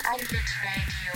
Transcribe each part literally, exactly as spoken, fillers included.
Ein Bit Radio.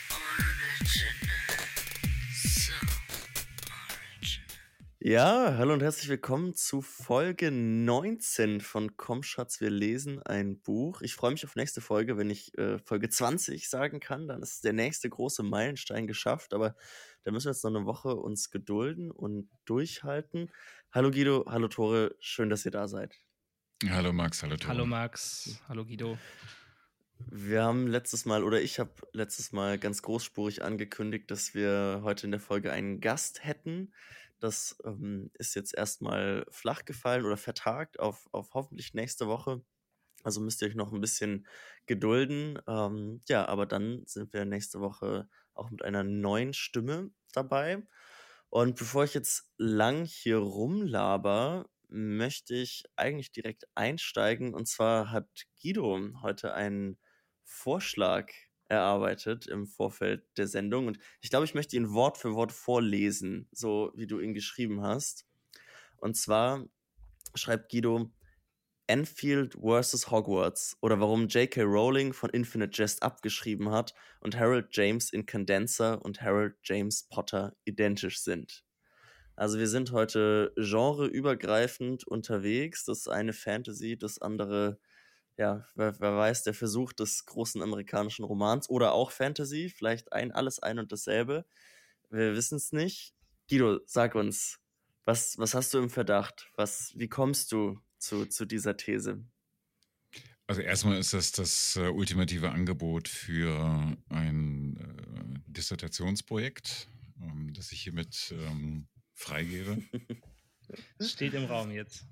Ja, hallo und herzlich willkommen zu Folge neunzehn von Komm Schatz, wir lesen ein Buch. Ich freue mich auf nächste Folge, wenn ich äh, Folge zwanzig sagen kann, dann ist der nächste große Meilenstein geschafft, aber da müssen wir jetzt noch eine Woche uns gedulden und durchhalten. Hallo Guido, hallo Tore, schön, dass ihr da seid. Hallo Max, hallo Tore. Hallo Max, hallo Guido. Wir haben letztes Mal, oder ich habe letztes Mal ganz großspurig angekündigt, dass wir heute in der Folge einen Gast hätten. Das ähm, ist jetzt erstmal flach gefallen oder vertagt auf, auf hoffentlich nächste Woche. Also müsst ihr euch noch ein bisschen gedulden. Ähm, ja, aber dann sind wir nächste Woche auch mit einer neuen Stimme dabei. Und bevor ich jetzt lang hier rumlaber, möchte ich eigentlich direkt einsteigen. Und zwar hat Guido heute einen Vorschlag erarbeitet im Vorfeld der Sendung. Und ich glaube, ich möchte ihn Wort für Wort vorlesen, so wie du ihn geschrieben hast. Und zwar schreibt Guido Enfield versus. Hogwarts oder warum J K. Rowling von Infinite Jest abgeschrieben hat und Harold James in Condenser und Harold James Potter identisch sind. Also wir sind heute genreübergreifend unterwegs. Das eine Fantasy, das andere, ja, wer, wer weiß, der Versuch des großen amerikanischen Romans oder auch Fantasy, vielleicht ein, alles ein und dasselbe. Wir wissen es nicht. Guido, sag uns, was, was hast du im Verdacht? Was, wie kommst du zu, zu dieser These? Also erstmal ist das das äh, ultimative Angebot für ein äh, Dissertationsprojekt, ähm, das ich hiermit ähm, freigebe. Das steht im Raum jetzt.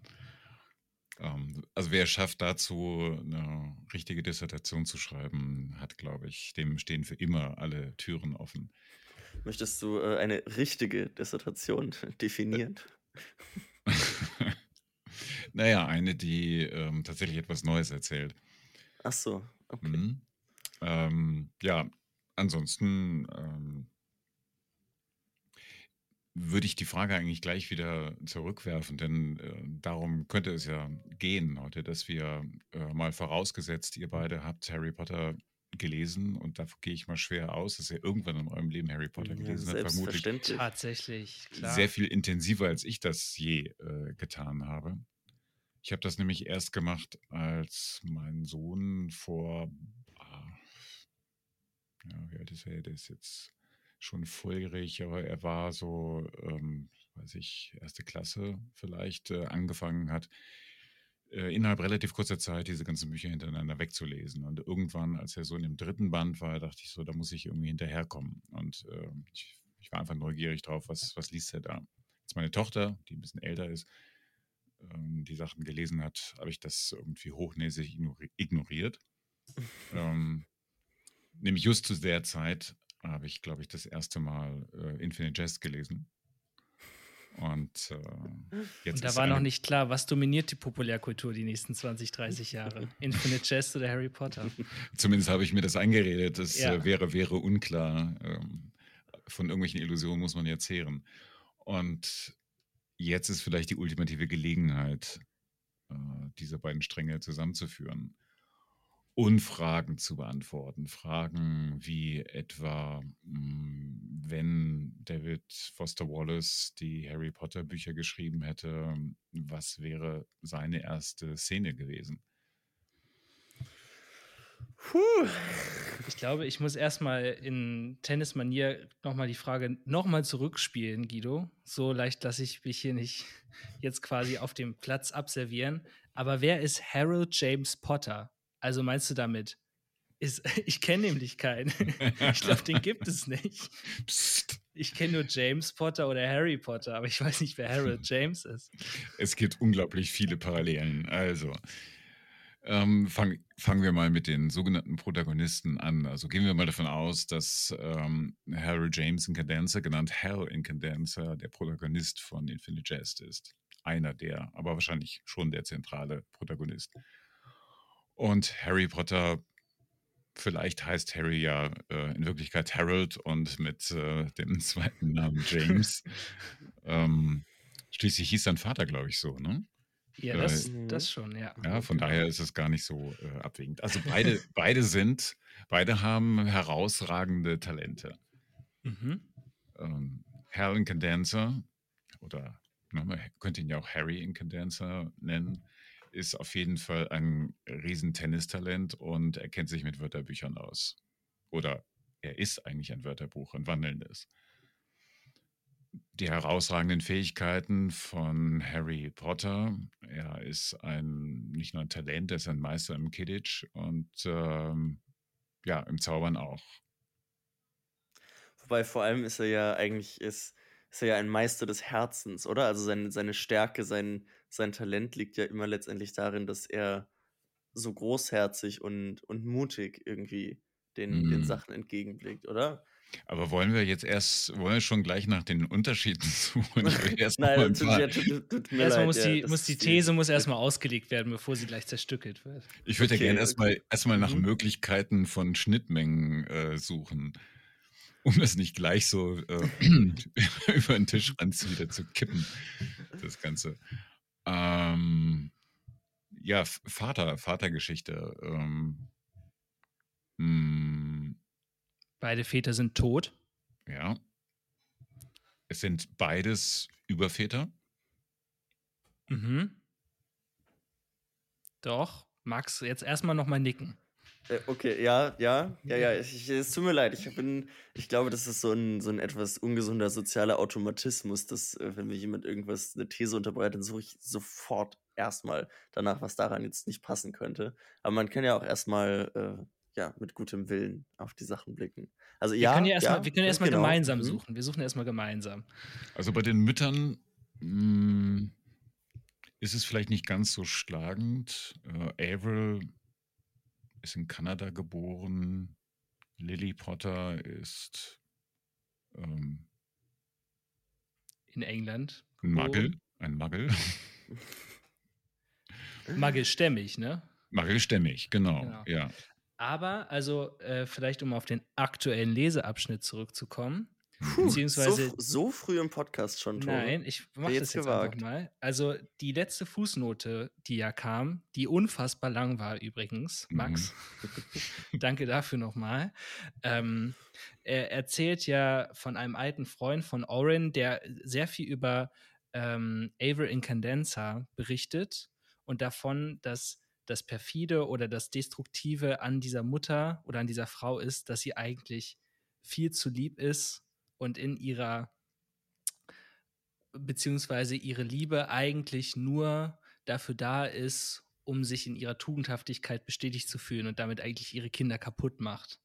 Ähm, also wer schafft dazu, eine richtige Dissertation zu schreiben, hat, glaube ich, dem stehen für immer alle Türen offen. Möchtest du äh, eine richtige Dissertation definieren? Naja, eine, die ähm, tatsächlich etwas Neues erzählt. Ach so, okay. Mhm. Ähm, ja, ansonsten ähm, würde ich die Frage eigentlich gleich wieder zurückwerfen, denn äh, darum könnte es ja gehen heute, dass wir äh, mal vorausgesetzt, ihr beide habt Harry Potter gelesen und davon gehe ich mal schwer aus, dass ihr irgendwann in eurem Leben Harry Potter gelesen Ja, habt, vermutlich selbstverständlich. Tatsächlich, klar. sehr viel intensiver, als ich das je äh, getan habe. Ich habe das nämlich erst gemacht, als mein Sohn vor, ah, ja, wie alt ist er? Der ist jetzt schon volljährig, aber er war so, ähm, weiß ich, erste Klasse vielleicht äh, angefangen hat, äh, innerhalb relativ kurzer Zeit diese ganzen Bücher hintereinander wegzulesen. Und irgendwann, als er so in dem dritten Band war, dachte ich so, da muss ich irgendwie hinterherkommen. Und äh, ich, ich war einfach neugierig drauf, was, was liest er da? Jetzt meine Tochter, die ein bisschen älter ist, ähm, die Sachen gelesen hat, habe ich das irgendwie hochnäsig ignori- ignoriert. ähm, nämlich just zu der Zeit habe ich, glaube ich, das erste Mal äh, Infinite Jest gelesen. Und äh, jetzt Und da ist war eine, noch nicht klar, was dominiert die Populärkultur die nächsten zwanzig, dreißig Jahre? Infinite Jest oder Harry Potter? Zumindest habe ich mir das eingeredet. Das Ja. äh, wäre, wäre unklar. Ähm, von irgendwelchen Illusionen muss man ja zehren. Und jetzt ist vielleicht die ultimative Gelegenheit, äh, diese beiden Stränge zusammenzuführen und Fragen zu beantworten. Fragen wie etwa, mh, wenn David Foster Wallace die Harry Potter Bücher geschrieben hätte, was wäre seine erste Szene gewesen? Puh. Ich glaube, ich muss erstmal in Tennismanier nochmal die Frage nochmal zurückspielen, Guido. So leicht lasse ich mich hier nicht jetzt quasi auf dem Platz abservieren. Aber wer ist Harold James Potter? Also meinst du damit? Ist, ich kenne nämlich keinen. Ich glaube, den gibt es nicht. Psst. Ich kenne nur James Potter oder Harry Potter, aber ich weiß nicht, wer Harold James ist. Es gibt unglaublich viele Parallelen. Also, ähm, fang, fangen wir mal mit den sogenannten Protagonisten an. Also gehen wir mal davon aus, dass ähm, Harold James in Condenser, genannt Hal in Condenser, der Protagonist von Infinite Jest ist. Einer der, aber wahrscheinlich schon der zentrale Protagonist. Und Harry Potter, vielleicht heißt Harry ja äh, in Wirklichkeit Harold und mit äh, dem zweiten Namen James. ähm, schließlich hieß sein Vater, glaube ich, so, ne? Ja, Äh, das, Mhm. das schon, ja. ja, von Genau. daher ist es gar nicht so äh, abwegend. Also beide, beide sind, beide haben herausragende Talente. Mhm. Ähm, Hal Incandenza, oder ne, man könnte ihn ja auch Harry Incandenza nennen, ist auf jeden Fall ein riesen Tennistalent und er kennt sich mit Wörterbüchern aus. Oder er ist eigentlich ein Wörterbuch, ein wandelndes. Die herausragenden Fähigkeiten von Harry Potter. Er ist ein nicht nur ein Talent, er ist ein Meister im Quidditch und ähm, ja, im Zaubern auch. Wobei vor allem ist er ja eigentlich ist, ist er ja ein Meister des Herzens, oder? Also seine, seine Stärke, sein, sein Talent liegt ja immer letztendlich darin, dass er so großherzig und, und mutig irgendwie den, den Hm. Sachen entgegenblickt, oder? Aber wollen wir jetzt erst, wollen wir schon gleich nach den Unterschieden suchen? Ich will erst noch mal Nein, ein tut, paar, ja, tut, tut, tut mir Erstmal leid, muss ja, die, das muss die ist die, These muss erstmal ausgelegt werden, bevor sie gleich zerstückelt wird. ich würde ja gerne okay, erstmal okay. erstmal nach Mhm. Möglichkeiten von Schnittmengen äh, suchen, um das nicht gleich so äh, über den Tischrand wieder zu kippen, das Ganze. Ähm, ja, F- Vater, Vatergeschichte. Ähm, mh, Beide Väter sind tot. ja, es sind beides Überväter. Mhm. Doch. Max, jetzt erstmal nochmal nicken. Äh, okay, ja, ja, ja, ja, ich, ich, es tut mir leid, ich bin, ich glaube, das ist so ein, so ein etwas ungesunder sozialer Automatismus, dass, äh, wenn mir jemand irgendwas, eine These unterbreitet, dann suche ich sofort erstmal danach, was daran jetzt nicht passen könnte. Aber man kann ja auch erstmal, äh, ja, mit gutem Willen auf die Sachen blicken. Also Wir können ja ja, erstmal, wir ja, können ja, erstmal genau. gemeinsam Mhm. suchen. Wir suchen erstmal gemeinsam. Also bei den Müttern mh, ist es vielleicht nicht ganz so schlagend. Äh, Avril ist in Kanada geboren. Lily Potter ist ähm, In England ein Muggle. geboren. Ein Muggle. Maggelstämmig, ne? Muggelstämmig, genau. Genau. Ja. Aber, also, äh, vielleicht um auf den aktuellen Leseabschnitt zurückzukommen, Mhm. Puh, so, beziehungsweise fr- so früh im Podcast schon, Tore. Nein, ich Wer mache jetzt das jetzt einfach gewagt? mal. Also die letzte Fußnote, die ja kam, die unfassbar lang war übrigens, Mhm. Max, danke dafür nochmal. Ähm, er erzählt ja von einem alten Freund von Oren, der sehr viel über ähm, Avril Incandenza berichtet und davon, dass das Perfide oder das Destruktive an dieser Mutter oder an dieser Frau ist, dass sie eigentlich viel zu lieb ist und in ihrer beziehungsweise ihre Liebe eigentlich nur dafür da ist, um sich in ihrer Tugendhaftigkeit bestätigt zu fühlen und damit eigentlich ihre Kinder kaputt macht.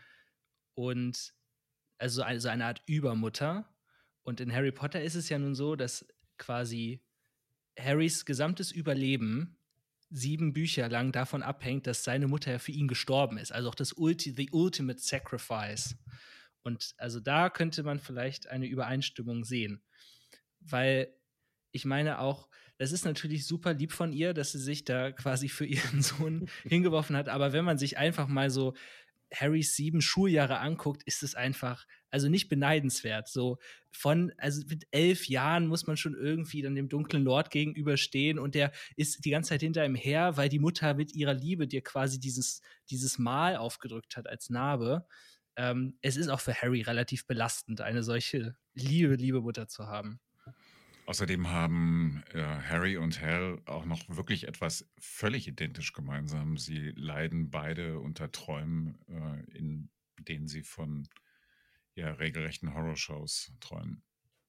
Und also eine, eine Art Übermutter. Und in Harry Potter ist es ja nun so, dass quasi Harrys gesamtes Überleben sieben Bücher lang davon abhängt, dass seine Mutter ja für ihn gestorben ist. Also auch das Ulti The Ultimate Sacrifice. Und also da könnte man vielleicht eine Übereinstimmung sehen. Weil ich meine auch, das ist natürlich super lieb von ihr, dass sie sich da quasi für ihren Sohn hingeworfen hat. Aber wenn man sich einfach mal so Harrys sieben Schuljahre anguckt, ist es einfach, also nicht beneidenswert. So von, also mit elf Jahren muss man schon irgendwie dann dem dunklen Lord gegenüberstehen und der ist die ganze Zeit hinter ihm her, weil die Mutter mit ihrer Liebe dir quasi dieses, dieses Mal aufgedrückt hat als Narbe. Ähm, es ist auch für Harry relativ belastend, eine solche liebe, liebe Mutter zu haben. Außerdem haben äh, Harry und Hal auch noch wirklich etwas völlig identisch gemeinsam. Sie leiden beide unter Träumen, äh, in denen sie von ja, regelrechten Horrorshows träumen.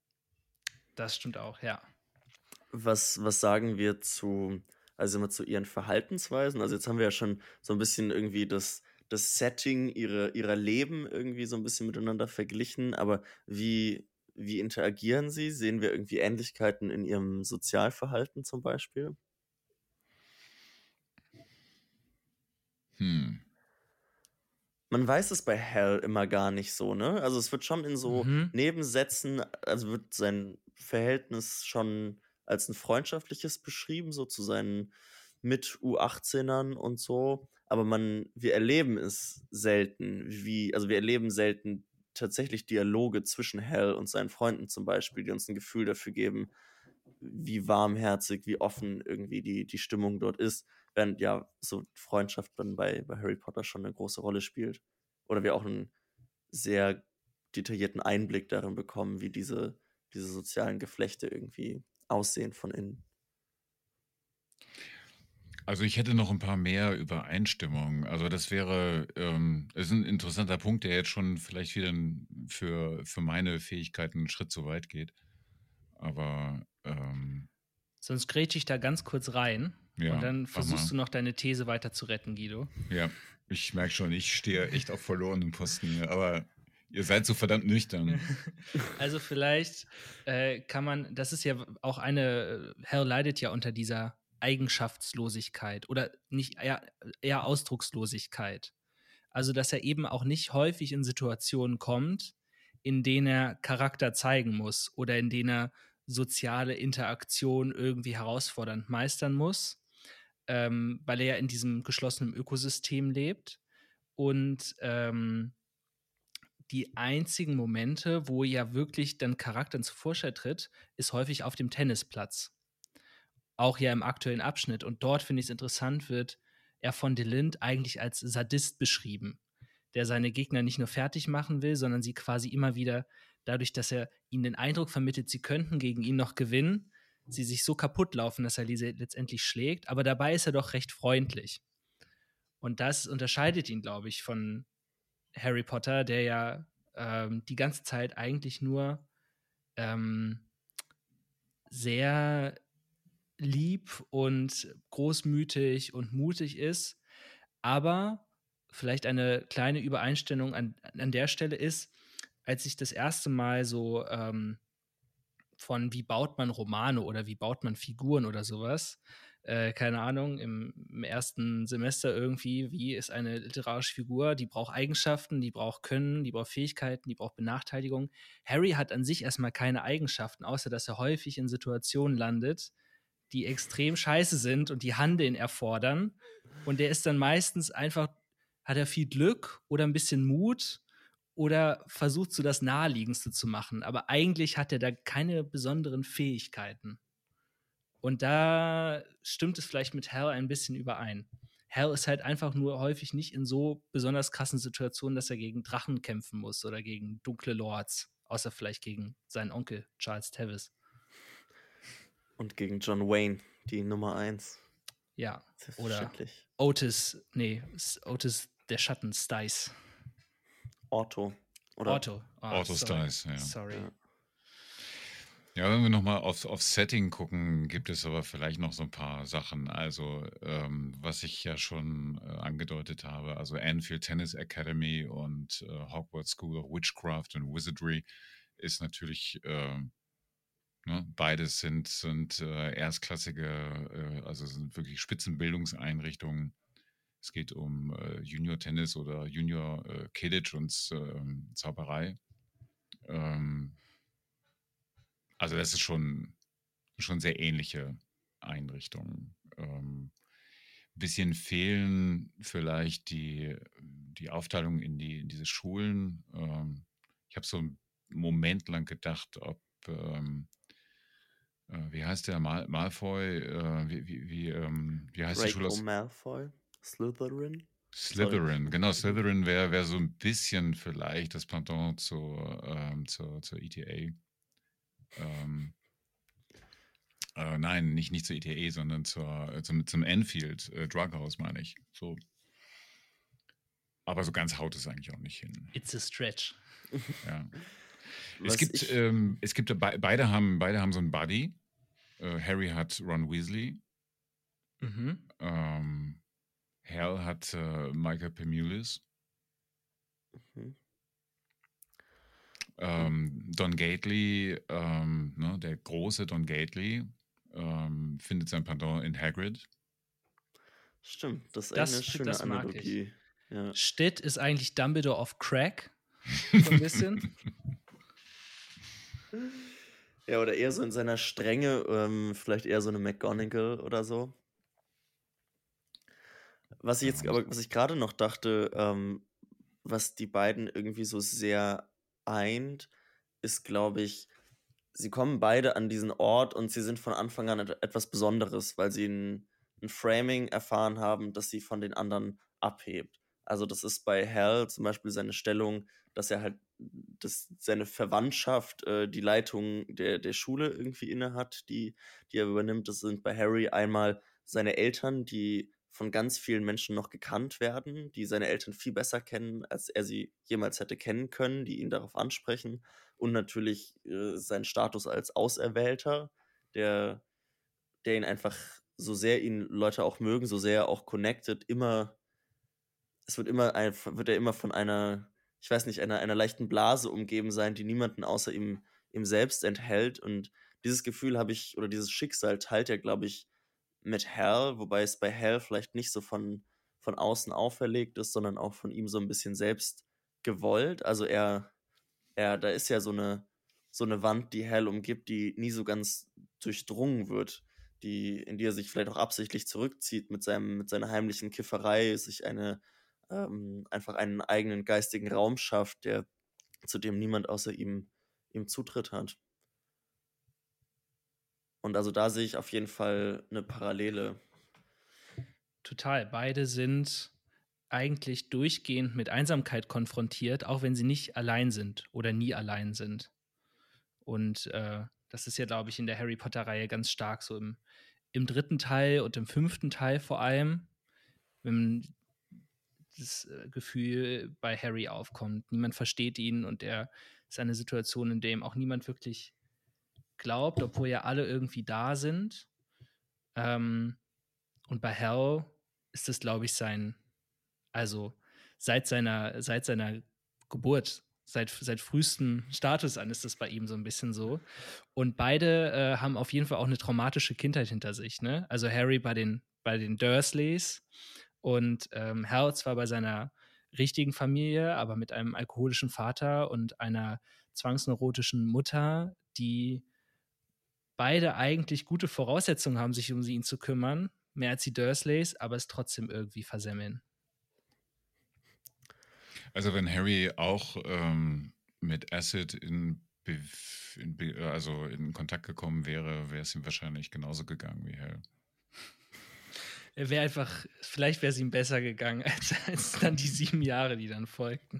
Das stimmt auch, ja. Was, was sagen wir zu, also immer zu ihren Verhaltensweisen? Also jetzt haben wir ja schon so ein bisschen irgendwie das, das Setting ihrer, ihrer Leben irgendwie so ein bisschen miteinander verglichen, aber wie, wie interagieren sie? Sehen wir irgendwie Ähnlichkeiten in ihrem Sozialverhalten zum Beispiel? Hm. Man weiß es bei Hal immer gar nicht so, ne? Also es wird schon in so Mhm. Nebensätzen, also wird sein Verhältnis schon als ein freundschaftliches beschrieben, so zu seinen Mit-U achtzehnern und so. Aber man, wir erleben es selten, wie, also wir erleben selten tatsächlich Dialoge zwischen Hal und seinen Freunden zum Beispiel, die uns ein Gefühl dafür geben, wie warmherzig, wie offen irgendwie die, die Stimmung dort ist, während ja so Freundschaft dann bei, bei Harry Potter schon eine große Rolle spielt. Oder wir auch einen sehr detaillierten Einblick darin bekommen, wie diese, diese sozialen Geflechte irgendwie aussehen von innen. Also ich hätte noch ein paar mehr Übereinstimmungen. Also das wäre, ähm, ist ein interessanter Punkt, der jetzt schon vielleicht wieder ein- für, für meine Fähigkeiten einen Schritt zu weit geht. Aber ähm, Sonst grätsche ich da ganz kurz rein Ja, und dann mach versuchst mal. du noch deine These weiter zu retten, Guido. ja, ich merke schon, ich stehe echt auf verlorenen Posten hier. Aber ihr seid so verdammt nüchtern. Also vielleicht äh, kann man, das ist ja auch eine, äh, Hal leidet ja unter dieser Eigenschaftslosigkeit oder nicht, eher, eher Ausdruckslosigkeit. Also dass er eben auch nicht häufig in Situationen kommt, in denen er Charakter zeigen muss oder in denen er soziale Interaktion irgendwie herausfordernd meistern muss, ähm, weil er ja in diesem geschlossenen Ökosystem lebt. Und ähm, die einzigen Momente, wo ja wirklich dann Charakter zu Vorschein tritt, ist häufig auf dem Tennisplatz. Auch ja im aktuellen Abschnitt. Und dort finde ich es interessant, wird er von DeLint eigentlich als Sadist beschrieben, der seine Gegner nicht nur fertig machen will, sondern sie quasi immer wieder, dadurch, dass er ihnen den Eindruck vermittelt, sie könnten gegen ihn noch gewinnen, sie sich so kaputt laufen, dass er diese letztendlich schlägt. Aber dabei ist er doch recht freundlich. Und das unterscheidet ihn, glaube ich, von Harry Potter, der ja ähm, die ganze Zeit eigentlich nur ähm, sehr lieb und großmütig und mutig ist. Aber vielleicht eine kleine Übereinstimmung an, an der Stelle ist, als ich das erste Mal so ähm, von wie baut man Romane oder wie baut man Figuren oder sowas, äh, keine Ahnung, im, im ersten Semester irgendwie, wie ist eine literarische Figur, die braucht Eigenschaften, die braucht Können, die braucht Fähigkeiten, die braucht Benachteiligung. Harry hat an sich erstmal keine Eigenschaften, außer dass er häufig in Situationen landet, die extrem scheiße sind und die Handeln erfordern. Und der ist dann meistens einfach, hat er viel Glück oder ein bisschen Mut oder versucht so das Naheliegendste zu machen. Aber eigentlich hat er da keine besonderen Fähigkeiten. Und da stimmt es vielleicht mit Hal ein bisschen überein. Hal ist halt einfach nur häufig nicht in so besonders krassen Situationen, dass er gegen Drachen kämpfen muss oder gegen dunkle Lords, außer vielleicht gegen seinen Onkel Charles Tavis. Und gegen John Wayne, die Nummer eins. Ja, oder Selbstverständlich. Otis, nee, S- Otis der Schatten, Stice. Otto. Oder Otto. Ah, Otto sorry. Stice, ja. Sorry. Ja. Ja, wenn wir nochmal aufs, aufs Setting gucken, gibt es aber vielleicht noch so ein paar Sachen. Also, ähm, was ich ja schon äh, angedeutet habe, also Anfield Tennis Academy und äh, Hogwarts School of Witchcraft and Wizardry ist natürlich, äh, ne, beides sind, sind äh, erstklassige, äh, also sind wirklich Spitzenbildungseinrichtungen. Es geht um äh, Junior Tennis oder Junior äh, Quidditch und ähm, Zauberei. Ähm, also das ist schon schon sehr ähnliche Einrichtungen. Ähm, bisschen fehlen vielleicht die, die Aufteilung in, die, in diese Schulen. Ähm, ich habe so einen Moment lang gedacht, ob, ähm, äh, wie heißt der, Mal Malfoy, äh, wie, wie, wie, ähm, wie heißt die Schule Draco aus Malfoy? Slytherin? Sorry. Slytherin? Genau, Slytherin wäre wär so ein bisschen vielleicht das Pendant zur, ähm, zur, zur E T A. Ähm, Äh, nein, nicht, nicht zur E T A, sondern zur, äh, zum, zum Enfield äh, Drug House, meine ich. So. Aber so ganz haut es eigentlich auch nicht hin. It's a stretch. Ja. Was Es gibt, ich, ähm, es gibt be beide haben, beide haben so einen Buddy. Äh, Harry hat Ron Weasley. Mhm. Ähm, Hal hat äh, Michael Pemulis. Mhm. Ähm, Don Gately, ähm, ne, der große Don Gately, ähm, findet sein Pendant in Hagrid. Stimmt, das ist eigentlich eine Das, schöne das mag ich. Analogie. Ja. Stitt ist eigentlich Dumbledore auf Crack. So ein bisschen. Ja, oder eher so in seiner Strenge, ähm, vielleicht eher so eine McGonagall oder so. Was ich jetzt, Ja, aber was ich gerade noch dachte, ähm, was die beiden irgendwie so sehr eint, ist, glaube ich, sie kommen beide an diesen Ort und sie sind von Anfang an et- etwas Besonderes, weil sie ein, ein Framing erfahren haben, das sie von den anderen abhebt. Also das ist bei Hal zum Beispiel seine Stellung, dass er halt dass seine Verwandtschaft äh, die Leitung der, der Schule irgendwie innehat, die, die er übernimmt. Das sind bei Harry einmal seine Eltern, die von ganz vielen Menschen noch gekannt werden, die seine Eltern viel besser kennen, als er sie jemals hätte kennen können, die ihn darauf ansprechen. Und natürlich äh, sein Status als Auserwählter, der, der ihn einfach, so sehr ihn Leute auch mögen, so sehr er auch connected, immer, es wird immer ein, wird er immer von einer, ich weiß nicht, einer, einer leichten Blase umgeben sein, die niemanden außer ihm, ihm selbst enthält. Und dieses Gefühl habe ich, oder dieses Schicksal teilt er, glaube ich, mit Hal, wobei es bei Hal vielleicht nicht so von, von außen auferlegt ist, sondern auch von ihm so ein bisschen selbst gewollt. Also er, er, da ist ja so eine, so eine Wand, die Hal umgibt, die nie so ganz durchdrungen wird, die, in die er sich vielleicht auch absichtlich zurückzieht mit seinem, mit seiner heimlichen Kifferei, sich eine, ähm, einfach einen eigenen geistigen Raum schafft, der, zu dem niemand außer ihm, ihm Zutritt hat. Und also da sehe ich auf jeden Fall eine Parallele. Total. Beide sind eigentlich durchgehend mit Einsamkeit konfrontiert, auch wenn sie nicht allein sind oder nie allein sind. Und äh, das ist ja, glaube ich, in der Harry Potter-Reihe ganz stark so im, im dritten Teil und im fünften Teil vor allem, wenn das äh, Gefühl bei Harry aufkommt. Niemand versteht ihn und er ist eine Situation, in der ihm auch niemand wirklich glaubt, obwohl ja alle irgendwie da sind. Ähm, und bei Hal ist es, glaube ich, sein, also seit seiner, seit seiner Geburt, seit, seit frühestem Status an ist das bei ihm so ein bisschen so. Und beide äh, haben auf jeden Fall auch eine traumatische Kindheit hinter sich. Ne? Also Harry bei den, bei den Dursleys und ähm, Hal zwar bei seiner richtigen Familie, aber mit einem alkoholischen Vater und einer zwangsneurotischen Mutter, die beide eigentlich gute Voraussetzungen haben, sich um ihn zu kümmern, mehr als die Dursleys, aber es trotzdem irgendwie versemmeln. Also wenn Harry auch ähm, mit Acid in, Be in Be also in Kontakt gekommen wäre, wäre es ihm wahrscheinlich genauso gegangen wie Hal. Er wäre einfach, vielleicht wäre es ihm besser gegangen, als, als dann die sieben Jahre, die dann folgten.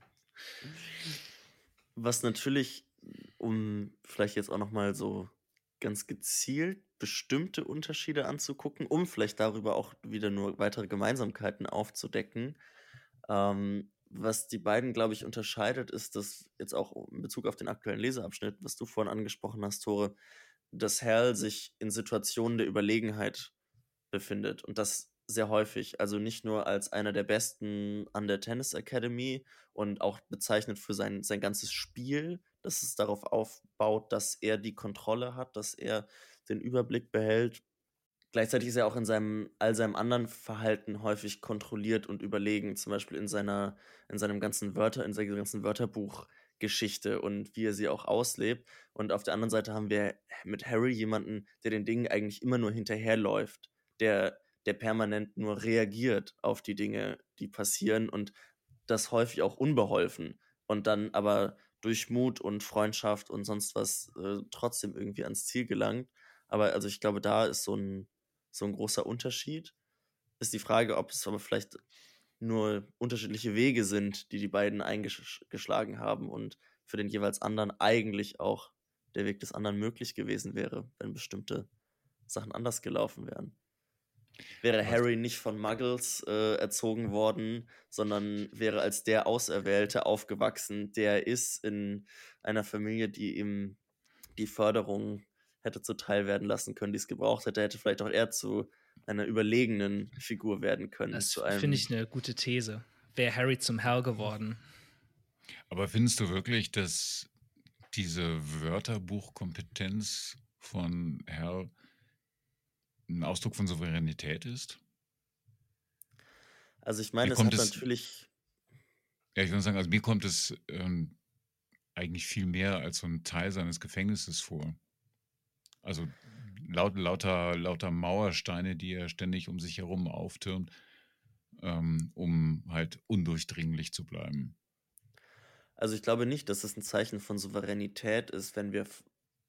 Was natürlich, um vielleicht jetzt auch nochmal so ganz gezielt bestimmte Unterschiede anzugucken, um vielleicht darüber auch wieder nur weitere Gemeinsamkeiten aufzudecken. Ähm, was die beiden, glaube ich, unterscheidet, ist, dass jetzt auch in Bezug auf den aktuellen Leseabschnitt, was du vorhin angesprochen hast, Tore, dass Hal sich in Situationen der Überlegenheit befindet und das sehr häufig. Also nicht nur als einer der Besten an der Tennis Academy und auch bezeichnet für sein, sein ganzes Spiel, dass es darauf aufbaut, dass er die Kontrolle hat, dass er den Überblick behält. Gleichzeitig ist er auch in seinem, all seinem anderen Verhalten häufig kontrolliert und überlegen, zum Beispiel in seiner, in seinem ganzen Wörter, in seiner ganzen Wörterbuchgeschichte und wie er sie auch auslebt. Und auf der anderen Seite haben wir mit Harry jemanden, der den Dingen eigentlich immer nur hinterherläuft, der, der permanent nur reagiert auf die Dinge, die passieren und das häufig auch unbeholfen und dann aber durch Mut und Freundschaft und sonst was äh, trotzdem irgendwie ans Ziel gelangt. Aber also ich glaube, da ist so ein, so ein großer Unterschied. Ist die Frage, ob es aber vielleicht nur unterschiedliche Wege sind, die die beiden eingeschlagen haben und für den jeweils anderen eigentlich auch der Weg des anderen möglich gewesen wäre, wenn bestimmte Sachen anders gelaufen wären. Wäre Was? Harry nicht von Muggles äh, erzogen worden, sondern wäre als der Auserwählte aufgewachsen, der ist in einer Familie, die ihm die Förderung hätte zuteil werden lassen können, die es gebraucht hätte, hätte vielleicht auch er zu einer überlegenen Figur werden können. Das zu finde einem. ich eine gute These. Wäre Harry zum Hal geworden. Aber findest du wirklich, dass diese Wörterbuchkompetenz von Hal ein Ausdruck von Souveränität ist? Also ich Mir meine, es kommt hat es, natürlich, ja, ich würde sagen, also mir kommt es ähm, eigentlich viel mehr als so ein Teil seines Gefängnisses vor. Also laut, lauter, lauter Mauersteine, die er ständig um sich herum auftürmt, ähm, um halt undurchdringlich zu bleiben. also ich glaube nicht, dass es ein Zeichen von Souveränität ist, wenn wir f-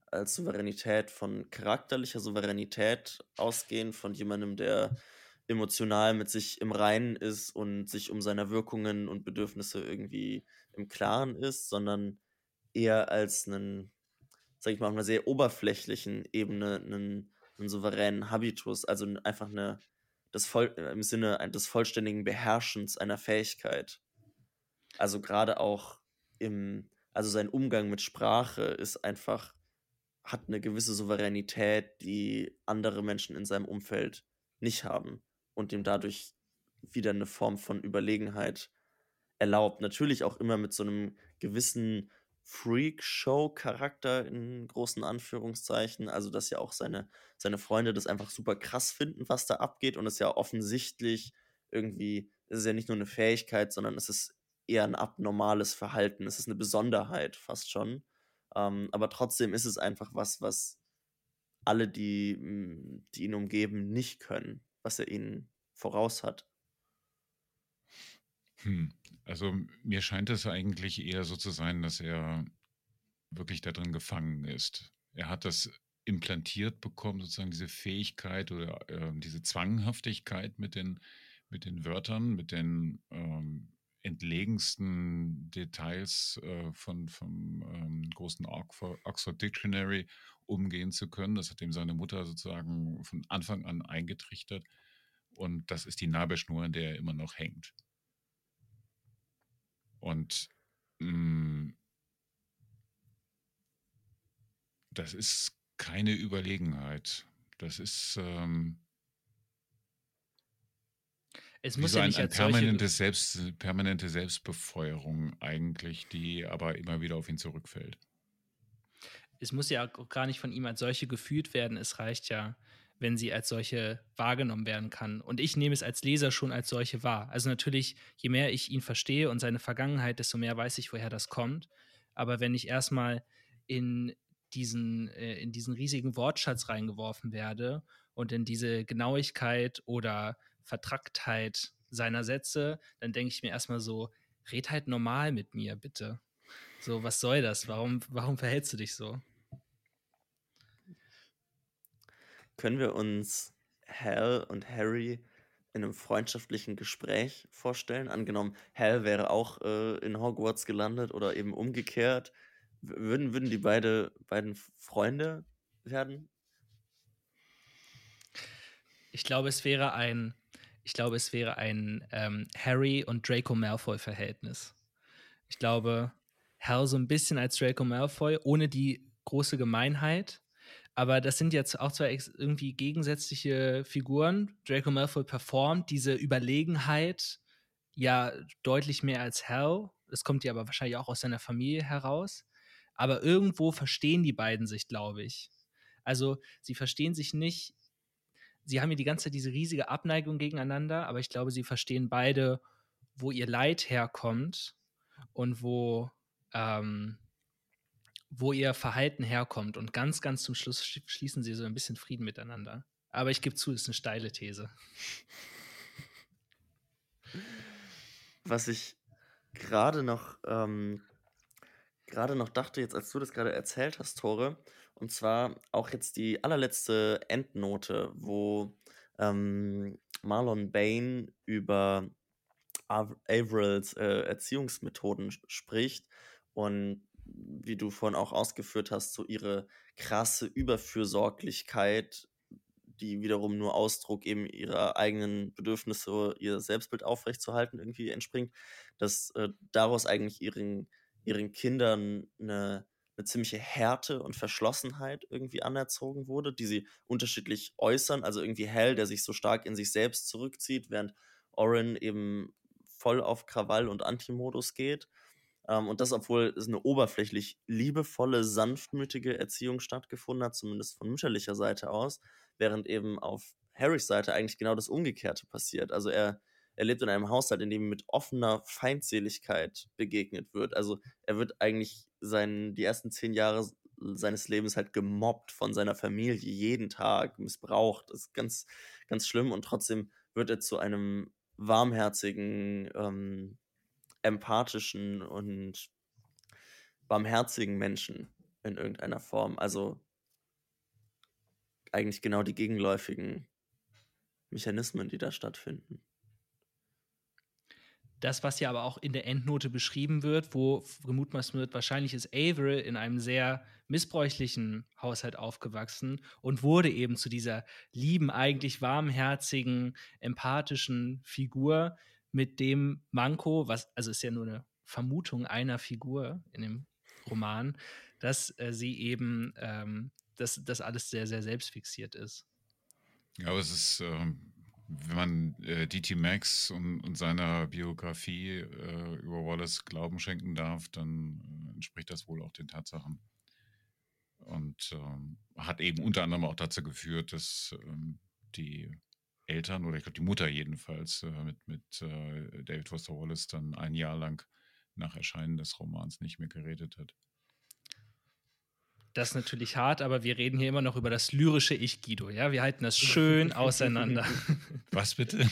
als Souveränität von charakterlicher Souveränität ausgehen, von jemandem, der emotional mit sich im Reinen ist und sich um seine Wirkungen und Bedürfnisse irgendwie im Klaren ist, sondern eher als einen, sag ich mal, auf einer sehr oberflächlichen Ebene einen, einen souveränen Habitus, also n- einfach eine, das voll, äh, im Sinne ein- des vollständigen Beherrschens einer Fähigkeit. Also gerade auch im, also sein Umgang mit Sprache ist einfach, hat eine gewisse Souveränität, die andere Menschen in seinem Umfeld nicht haben und ihm dadurch wieder eine Form von Überlegenheit erlaubt. Natürlich auch immer mit so einem gewissen Freak-Show-Charakter in großen Anführungszeichen. Also, dass ja auch seine, seine Freunde das einfach super krass finden, was da abgeht. Und es ja offensichtlich irgendwie, es ist ja nicht nur eine Fähigkeit, sondern es ist eher ein abnormales Verhalten. Es ist eine Besonderheit fast schon. Ähm, aber trotzdem ist es einfach was, was alle, die, mm, die ihn umgeben, nicht können, was er ihnen voraus hat. Hm. Also mir scheint es eigentlich eher so zu sein, dass er wirklich da drin gefangen ist. Er hat das implantiert bekommen, sozusagen diese Fähigkeit oder äh, diese Zwanghaftigkeit mit den, mit den Wörtern, mit den ähm, entlegensten Details äh, von, vom ähm, großen Oxford, Oxford Dictionary umgehen zu können. Das hat ihm seine Mutter sozusagen von Anfang an eingetrichtert. Und das ist die Nabelschnur, an der er immer noch hängt. Und mh, das ist keine Überlegenheit. Das ist ähm, Es wie muss so ja ein, nicht ein als solche, ge- permanentes Selbst, permanente Selbstbefeuerung eigentlich, die aber immer wieder auf ihn zurückfällt. es muss ja auch gar nicht von ihm als solche gefühlt werden. Es reicht ja, wenn sie als solche wahrgenommen werden kann. Und ich nehme es als Leser schon als solche wahr. Also natürlich, je mehr ich ihn verstehe und seine Vergangenheit, desto mehr weiß ich, woher das kommt. Aber wenn ich erstmal in diesen, äh, in diesen riesigen Wortschatz reingeworfen werde und in diese Genauigkeit oder Vertracktheit seiner Sätze, dann denke ich mir erstmal so, red halt normal mit mir, bitte. So, was soll das? Warum, warum verhältst du dich so? Können wir uns Hal und Harry in einem freundschaftlichen Gespräch vorstellen? Angenommen, Hal wäre auch äh, in Hogwarts gelandet oder eben umgekehrt. W- Würden, würden die beide, beiden Freunde werden? Ich glaube, es wäre ein, ich glaube, es wäre ein ähm, Harry und Draco Malfoy-Verhältnis. Ich glaube, Hal so ein bisschen als Draco Malfoy, ohne die große Gemeinheit. Aber das sind jetzt auch zwei ex- irgendwie gegensätzliche Figuren. Draco Malfoy performt diese Überlegenheit ja deutlich mehr als Hal. Das kommt ja aber wahrscheinlich auch aus seiner Familie heraus. Aber irgendwo verstehen die beiden sich, glaube ich. Also sie verstehen sich nicht, sie haben ja die ganze Zeit diese riesige Abneigung gegeneinander, aber ich glaube, sie verstehen beide, wo ihr Leid herkommt und wo, ähm, wo ihr Verhalten herkommt. Und ganz, ganz zum Schluss schließen sie so ein bisschen Frieden miteinander. Aber ich gebe zu, das ist eine steile These. Was ich gerade noch, ähm, gerade noch dachte, jetzt als du das gerade erzählt hast, Tore, und zwar auch jetzt die allerletzte Endnote, wo ähm, Marlon Bane über Av- Avrils äh, Erziehungsmethoden sch- spricht und wie du vorhin auch ausgeführt hast, so ihre krasse Überfürsorglichkeit, die wiederum nur Ausdruck eben ihrer eigenen Bedürfnisse, ihr Selbstbild aufrechtzuerhalten irgendwie entspringt, dass äh, daraus eigentlich ihren, ihren Kindern eine, eine ziemliche Härte und Verschlossenheit irgendwie anerzogen wurde, die sie unterschiedlich äußern. Also irgendwie Hal, der sich so stark in sich selbst zurückzieht, während Oren eben voll auf Krawall und Anti-Modus geht. Ähm, und das, obwohl es eine oberflächlich liebevolle, sanftmütige Erziehung stattgefunden hat, zumindest von mütterlicher Seite aus, während eben auf Harrys Seite eigentlich genau das Umgekehrte passiert. Also er, er lebt in einem Haushalt, in dem ihm mit offener Feindseligkeit begegnet wird. Also er wird eigentlich sein, die ersten zehn Jahre seines Lebens halt gemobbt von seiner Familie, jeden Tag missbraucht. Das ist ganz, ganz schlimm und trotzdem wird er zu einem warmherzigen, ähm, empathischen und barmherzigen Menschen in irgendeiner Form. Also eigentlich genau die gegenläufigen Mechanismen, die da stattfinden. Das, was ja aber auch in der Endnote beschrieben wird, wo gemutmaßt wird, wahrscheinlich ist Avril in einem sehr missbräuchlichen Haushalt aufgewachsen und wurde eben zu dieser lieben, eigentlich warmherzigen, empathischen Figur mit dem Manko, was, also ist ja nur eine Vermutung einer Figur in dem Roman, dass äh, sie eben, ähm, dass das alles sehr, sehr selbstfixiert ist. Ja, aber es ist, ähm, wenn man äh, D T Max und, und seiner Biografie äh, über Wallace Glauben schenken darf, dann äh, entspricht das wohl auch den Tatsachen. Und ähm, hat eben unter anderem auch dazu geführt, dass ähm, die Eltern, oder ich glaube die Mutter jedenfalls, äh, mit, mit äh, David Foster Wallace dann ein Jahr lang nach Erscheinen des Romans nicht mehr geredet hat. Das ist natürlich hart, aber wir reden hier immer noch über das lyrische Ich, Guido. Ja, wir halten das schön auseinander. Was bitte?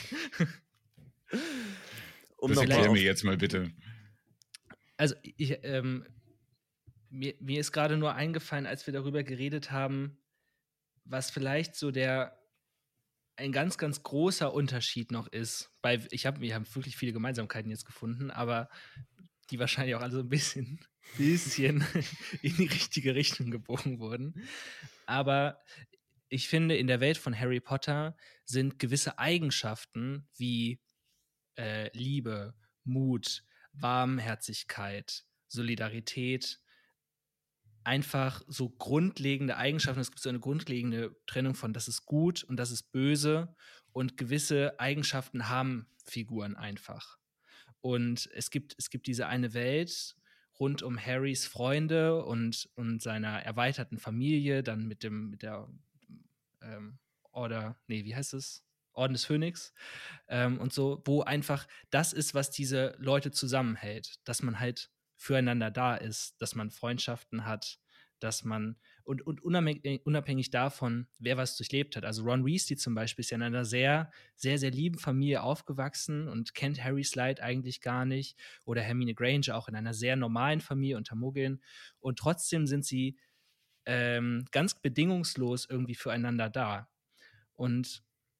Um das noch mal erklär auf, mir jetzt mal bitte. Also ich, ähm, mir, mir ist gerade nur eingefallen, als wir darüber geredet haben, was vielleicht so der ein ganz, ganz großer Unterschied noch ist. Bei, ich hab, wir haben wirklich viele Gemeinsamkeiten jetzt gefunden, aber die wahrscheinlich auch alle so ein bisschen, bisschen in die richtige Richtung gebogen wurden. Aber ich finde, in der Welt von Harry Potter sind gewisse Eigenschaften wie äh, Liebe, Mut, Warmherzigkeit, Solidarität einfach so grundlegende Eigenschaften. Es gibt so eine grundlegende Trennung von das ist gut und das ist böse und gewisse Eigenschaften haben Figuren einfach. Und es gibt, es gibt diese eine Welt rund um Harrys Freunde und, und seiner erweiterten Familie, dann mit dem, mit der ähm, Order, nee, wie heißt es? Orden des Phönix ähm, und so, wo einfach das ist, was diese Leute zusammenhält, dass man halt füreinander da ist, dass man Freundschaften hat, dass man und, und unabhängig, unabhängig davon, wer was durchlebt hat. Also Ron Weasley zum Beispiel ist ja in einer sehr, sehr, sehr lieben Familie aufgewachsen und kennt Harrys Leid eigentlich gar nicht. Oder Hermine Granger auch in einer sehr normalen Familie unter Muggeln. Und trotzdem sind sie ähm, ganz bedingungslos irgendwie füreinander da. Und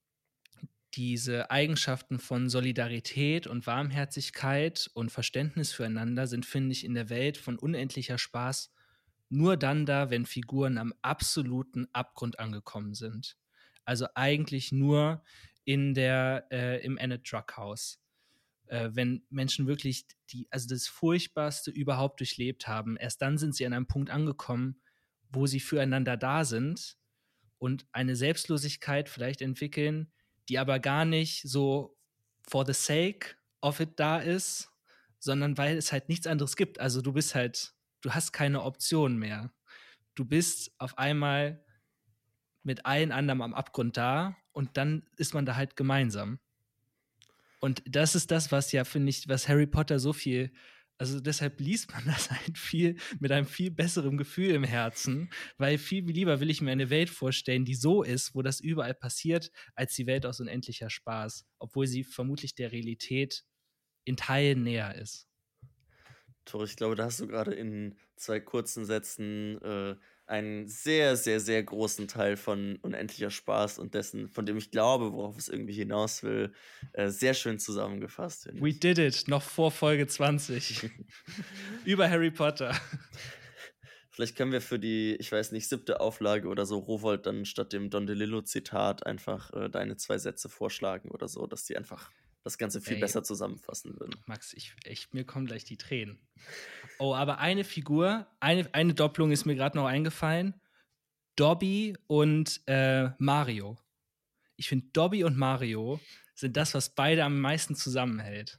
diese Eigenschaften von Solidarität und Warmherzigkeit und Verständnis füreinander sind, finde ich, in der Welt von unendlicher Spaß nur dann da, wenn Figuren am absoluten Abgrund angekommen sind. Also eigentlich nur in der, äh, im Annette Druck House. Äh, wenn Menschen wirklich die, also das Furchtbarste überhaupt durchlebt haben, erst dann sind sie an einem Punkt angekommen, wo sie füreinander da sind und eine Selbstlosigkeit vielleicht entwickeln, die aber gar nicht so for the sake of it da ist, sondern weil es halt nichts anderes gibt. Also du bist halt, du hast keine Option mehr. Du bist auf einmal mit allen anderen am Abgrund da und dann ist man da halt gemeinsam. Und das ist das, was ja, finde ich, was Harry Potter so viel, also deshalb liest man das halt viel mit einem viel besseren Gefühl im Herzen, weil viel lieber will ich mir eine Welt vorstellen, die so ist, wo das überall passiert, als die Welt aus unendlicher Spaß, obwohl sie vermutlich der Realität in Teilen näher ist. Tor, ich glaube, da hast du gerade in zwei kurzen Sätzen äh, einen sehr, sehr, sehr großen Teil von unendlicher Spaß und dessen, von dem ich glaube, worauf es irgendwie hinaus will, äh, sehr schön zusammengefasst. We Ich. did it, noch vor Folge zwanzig. Über Harry Potter. Vielleicht können wir für die, ich weiß nicht, siebte Auflage oder so Rowold dann statt dem Don DeLillo-Zitat einfach äh, deine zwei Sätze vorschlagen oder so, dass die einfach das Ganze viel Ey. besser zusammenfassen würden. Max, ich, echt, mir kommen gleich die Tränen. Oh, aber eine Figur, eine, eine Doppelung ist mir gerade noch eingefallen. Dobby und äh, Mario. Ich finde, Dobby und Mario sind das, was beide am meisten zusammenhält.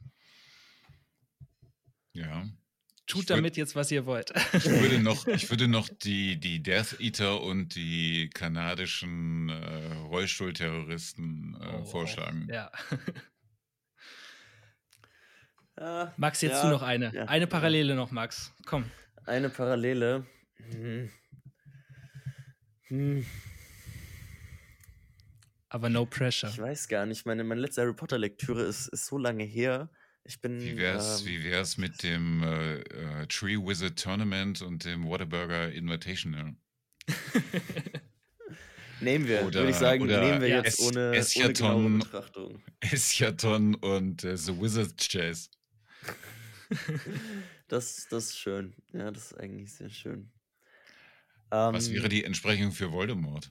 Ja. Tut Ich damit jetzt, was ihr wollt. Ich würde noch, ich würde noch die, die Death Eater und die kanadischen äh, Rollstuhlterroristen äh, Oh, vorschlagen. Ja. Ja, Max, jetzt ja, du noch eine. ja, eine ja. Parallele noch, Max. Komm. Eine Parallele. Hm. Hm. Aber no pressure. Ich weiß gar nicht. Meine, meine letzte Harry Potter-Lektüre ist, ist so lange her. Ich bin. Wie wär's, ähm, wie wär's mit dem äh, äh, Tree Wizard Tournament und dem Whataburger Invitational? Nehmen wir, würde ich Oder, sagen, nehmen oder wir Ja. jetzt Es- ohne, ohne genauere Eschaton, Betrachtung. Eschaton und äh, The Wizard Chess. Das, das ist schön. Ja, das ist eigentlich sehr schön. Was wäre Ähm, die Entsprechung für Voldemort?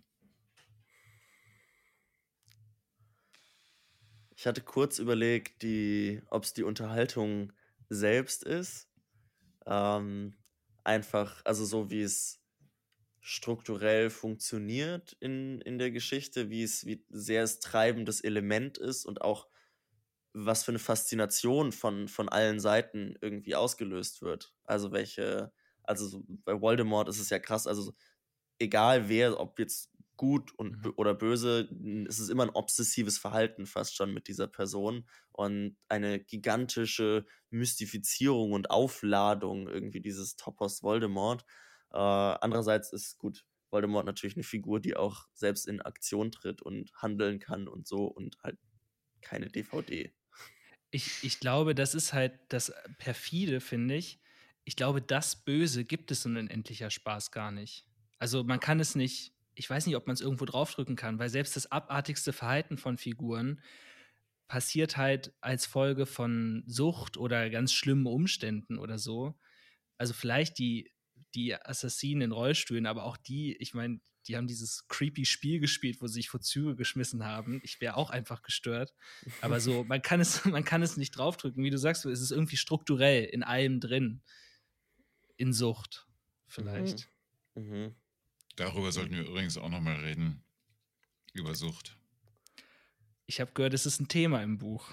Ich hatte kurz überlegt, die, ob es die Unterhaltung selbst ist. Ähm, einfach, also so wie es strukturell funktioniert in, in der Geschichte, wie es, wie sehr es treibendes Element ist und auch was für eine Faszination von, von allen Seiten irgendwie ausgelöst wird. Also welche, also so bei Voldemort ist es ja krass, also so, egal wer, ob jetzt gut und bö- Mhm. oder böse, n- es ist immer ein obsessives Verhalten fast schon mit dieser Person und eine gigantische Mystifizierung und Aufladung irgendwie dieses Topos Voldemort. Äh, andererseits ist gut Voldemort natürlich eine Figur, die auch selbst in Aktion tritt und handeln kann und so und halt keine D V D. Ich, ich glaube, das ist halt das Perfide, finde ich. Ich glaube, das Böse gibt es in unendlicher Spaß gar nicht. Also man kann es nicht, ich weiß nicht, ob man es irgendwo draufdrücken kann, weil selbst das abartigste Verhalten von Figuren passiert halt als Folge von Sucht oder ganz schlimmen Umständen oder so. Also vielleicht die, die Assassinen in Rollstühlen, aber auch die, ich meine, die haben dieses creepy Spiel gespielt, wo sie sich vor Züge geschmissen haben. Ich wäre auch einfach gestört. Aber so, man kann es, man kann es nicht draufdrücken. Wie du sagst, es ist irgendwie strukturell in allem drin. In Sucht, vielleicht. Mhm. Darüber sollten wir übrigens auch nochmal reden. Über Sucht. Ich habe gehört, es ist ein Thema im Buch.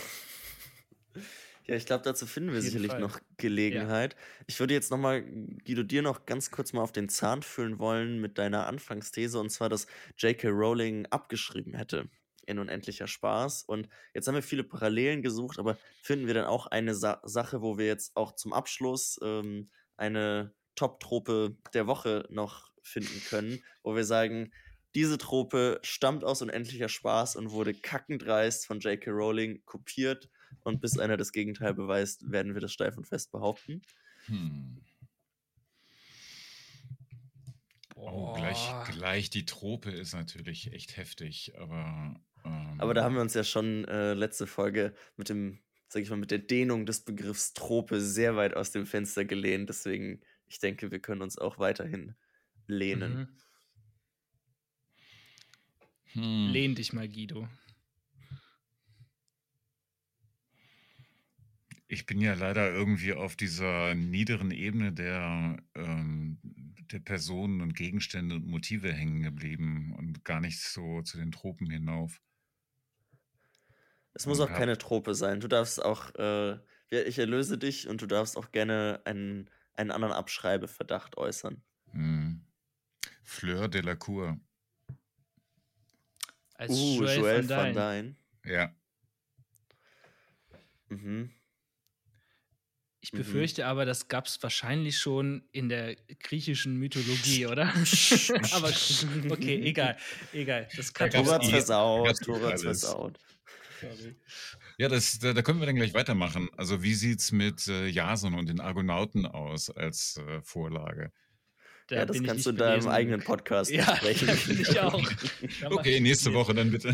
Ja, ich glaube, dazu finden wir Auf jeden sicherlich Fall. noch Gelegenheit. Ich würde jetzt nochmal, Guido, dir noch ganz kurz mal auf den Zahn fühlen wollen mit deiner Anfangsthese, und zwar, dass J K. Rowling abgeschrieben hätte in Unendlicher Spaß. Und jetzt haben wir viele Parallelen gesucht, aber finden wir dann auch eine Sa Sache, wo wir jetzt auch zum Abschluss ähm, eine Top-Trope der Woche noch finden können, wo wir sagen, diese Trope stammt aus Unendlicher Spaß und wurde kackendreist von J K. Rowling kopiert. Und bis einer das Gegenteil beweist, werden wir das steif und fest behaupten. Hm. Oh, gleich, Boah. gleich die Trope ist natürlich echt heftig, aber. Ähm, Aber da haben wir uns ja schon äh, letzte Folge mit dem, sag ich mal, mit der Dehnung des Begriffs Trope sehr weit aus dem Fenster gelehnt. Deswegen, ich denke, wir können uns auch weiterhin lehnen. Mhm. hm. Lehn dich mal, Guido. Ich bin ja leider irgendwie auf dieser niederen Ebene der, ähm, der Personen und Gegenstände und Motive hängen geblieben und gar nicht so zu den Tropen hinauf. Es muss Und auch hab, keine Trope sein. Du darfst auch, äh, ja, ich erlöse dich und du darfst auch gerne einen, einen anderen Abschreibeverdacht äußern. hm, Fleur de la Cour. Als Uh, Joel Joel van van Dyne. Dyne. Ja. Mhm. Ich Mhm. befürchte aber, das gab es wahrscheinlich schon in der griechischen Mythologie, oder? Aber okay, egal, egal. Das Da kann gab's Thorat's die- versaut, gab's Thorat's alles. versaut. Sorry. Ja, das, da, da können wir dann gleich weitermachen. Also wie sieht's mit äh, Jason und den Argonauten aus als äh, Vorlage? Da Ja, das bin ich kannst nicht du in deinem belesen eigenen genug. Podcast Ja, besprechen. da bin ich auch. Da mach Okay, ich nächste mit. Woche dann bitte.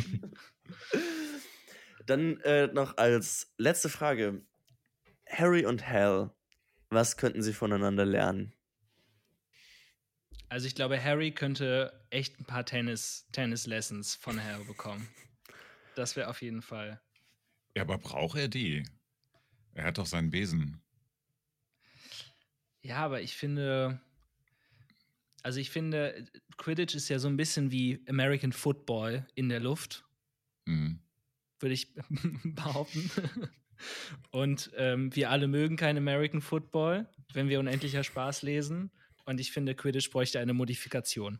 Dann äh, noch als letzte Frage. Harry und Hal, was könnten sie voneinander lernen? Also ich glaube, Harry könnte echt ein paar Tennis, Tennis-Lessons von Harry bekommen. Das wäre auf jeden Fall. Ja, aber braucht er die? Er hat doch seinen Besen. Ja, aber ich finde, also ich finde, Quidditch ist ja so ein bisschen wie American Football in der Luft, Mhm. würde ich behaupten. Und ähm, wir alle mögen kein American Football, wenn wir Unendlicher Spaß lesen. Und ich finde, Quidditch bräuchte eine Modifikation.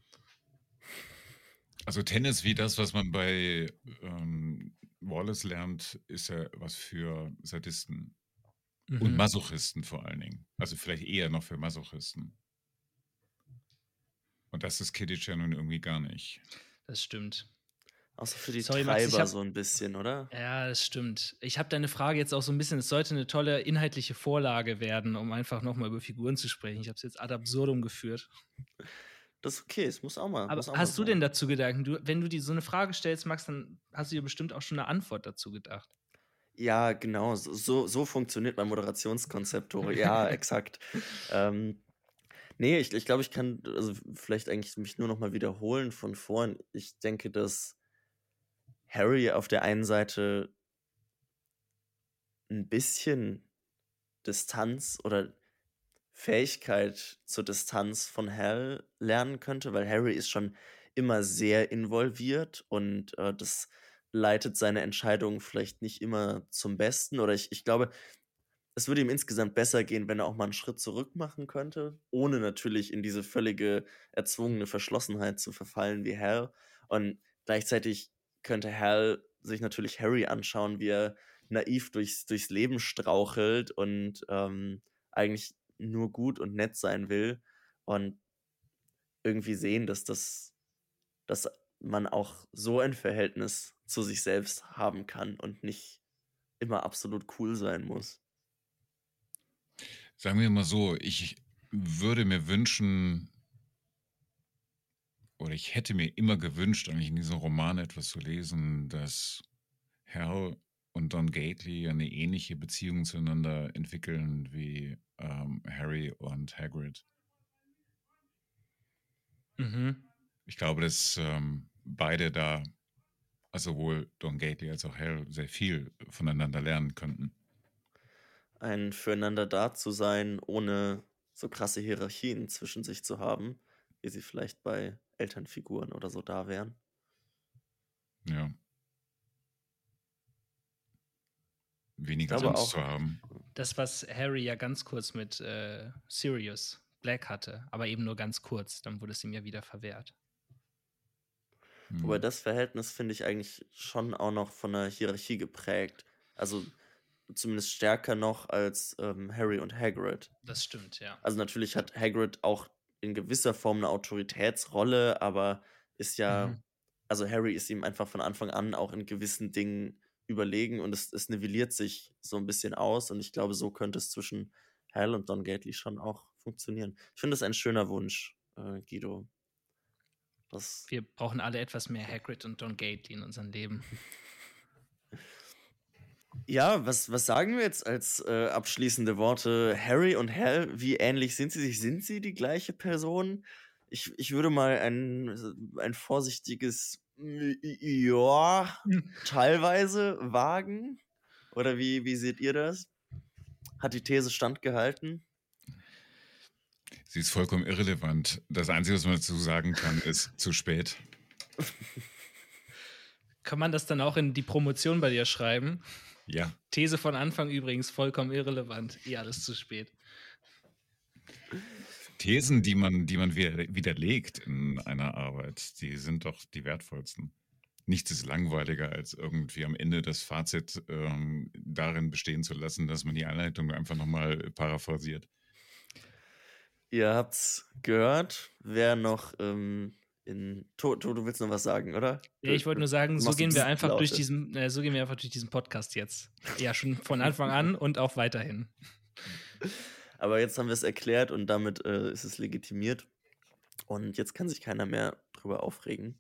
Also Tennis wie das, was man bei ähm, Wallace lernt, ist ja was für Sadisten. Mhm. Und Masochisten vor allen Dingen. Also vielleicht eher noch für Masochisten. Und das ist Quidditch ja nun irgendwie gar nicht. Das stimmt. Außer für die Sorry, Max, ich Treiber hab, so ein bisschen, oder? ja, das stimmt. Ich habe deine Frage jetzt auch so ein bisschen, es sollte eine tolle inhaltliche Vorlage werden, um einfach nochmal über Figuren zu sprechen. Ich habe es jetzt ad absurdum geführt. Das ist okay, es muss auch mal, Aber muss auch mal hast du sein. denn dazu Gedanken? Du, wenn du dir so eine Frage stellst, Max, dann hast du dir bestimmt auch schon eine Antwort dazu gedacht. Ja, genau, so, so, so funktioniert mein Moderationskonzept, Tore. Ja, exakt. Ähm, nee, ich, ich glaube, ich kann also vielleicht eigentlich mich nur noch mal wiederholen von vorhin. Ich denke, dass Harry auf der einen Seite ein bisschen Distanz oder Fähigkeit zur Distanz von Hal lernen könnte, weil Harry ist schon immer sehr involviert und äh, das leitet seine Entscheidungen vielleicht nicht immer zum Besten. Oder ich, ich glaube, es würde ihm insgesamt besser gehen, wenn er auch mal einen Schritt zurück machen könnte, ohne natürlich in diese völlige erzwungene Verschlossenheit zu verfallen wie Hal. Und gleichzeitig könnte Hal sich natürlich Harry anschauen, wie er naiv durchs, durchs Leben strauchelt und ähm, eigentlich nur gut und nett sein will und irgendwie sehen, dass das, dass man auch so ein Verhältnis zu sich selbst haben kann und nicht immer absolut cool sein muss. Sagen wir mal so, ich würde mir wünschen, oder ich hätte mir immer gewünscht, eigentlich in diesem Roman etwas zu lesen, dass Hal und Don Gately eine ähnliche Beziehung zueinander entwickeln wie ähm, Harry und Hagrid. Mhm. Ich glaube, dass ähm, beide da, also sowohl Don Gately als auch Hal, sehr viel voneinander lernen könnten. Ein füreinander da zu sein, ohne so krasse Hierarchien zwischen sich zu haben, wie sie vielleicht bei Elternfiguren oder so da wären. Ja. Weniger glaube Angst auch- zu haben. Das, was Harry ja ganz kurz mit äh, Sirius Black hatte, aber eben nur ganz kurz, dann wurde es ihm ja wieder verwehrt. Hm. Wobei das Verhältnis finde ich eigentlich schon auch noch von einer Hierarchie geprägt. Also zumindest stärker noch als ähm, Harry und Hagrid. Das stimmt, ja. Also natürlich hat Hagrid auch in gewisser Form eine Autoritätsrolle, aber ist ja, Mhm. also Harry ist ihm einfach von Anfang an auch in gewissen Dingen überlegen und es, es nivelliert sich so ein bisschen aus und ich glaube, so könnte es zwischen Hal und Don Gately schon auch funktionieren. Ich finde das ein schöner Wunsch, äh, Guido. Das, Wir brauchen alle etwas mehr Hagrid und Don Gately in unserem Leben. ja, was, was sagen wir jetzt als äh, abschließende Worte? Harry und Hal, wie ähnlich sind sie sich? Sind sie die gleiche Person? Ich, ich würde mal ein, ein vorsichtiges Ja teilweise wagen. Oder wie, wie seht ihr das? Hat die These standgehalten? Sie ist vollkommen irrelevant. Das Einzige, was man dazu sagen kann, ist zu spät. Kann man das dann auch in die Promotion bei dir schreiben? Ja. These von Anfang übrigens vollkommen irrelevant. Eh alles zu spät. Thesen, die man, die man widerlegt in einer Arbeit, die sind doch die wertvollsten. Nichts ist langweiliger, als irgendwie am Ende das Fazit ähm, darin bestehen zu lassen, dass man die Einleitung einfach nochmal paraphrasiert. Ihr habt's gehört. Wer noch ähm, in. To, to, du willst noch was sagen, oder? Ja, ich wollte nur sagen, Du so machst gehen wir ein einfach durch Laute. diesen, äh, so gehen wir einfach durch diesen Podcast jetzt. Ja, schon von Anfang an und auch weiterhin. Aber jetzt haben wir es erklärt und damit äh, ist es legitimiert. Und jetzt kann sich keiner mehr drüber aufregen.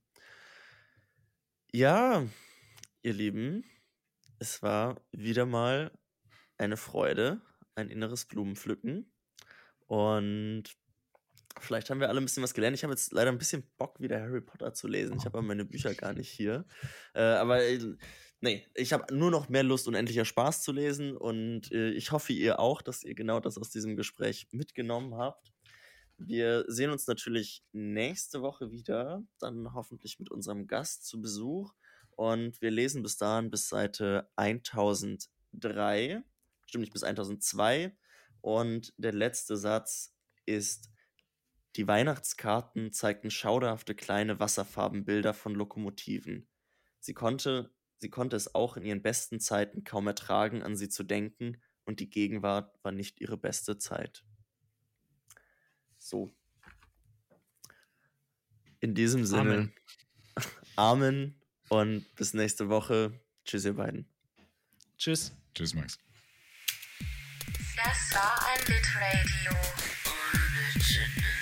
Ja, ihr Lieben, es war wieder mal eine Freude, ein inneres Blumenpflücken. Und vielleicht haben wir alle ein bisschen was gelernt. Ich habe jetzt leider ein bisschen Bock, wieder Harry Potter zu lesen. Ich habe aber meine Bücher gar nicht hier. Äh, aber äh, nee, ich habe nur noch mehr Lust, unendlicher Spaß zu lesen. Und äh, ich hoffe, ihr auch, dass ihr genau das aus diesem Gespräch mitgenommen habt. Wir sehen uns natürlich nächste Woche wieder, dann hoffentlich mit unserem Gast zu Besuch. Und wir lesen bis dahin bis Seite eintausenddrei, stimmt nicht, bis eintausendzwei. Und der letzte Satz ist: Die Weihnachtskarten zeigten schauderhafte kleine Wasserfarbenbilder von Lokomotiven. Sie konnte, sie konnte es auch in ihren besten Zeiten kaum ertragen, an sie zu denken, und die Gegenwart war nicht ihre beste Zeit. So. In diesem Sinne. Amen. Amen. Und bis nächste Woche. Tschüss, ihr beiden. Tschüss. Tschüss, Max. Das war ein Bitradio. Original.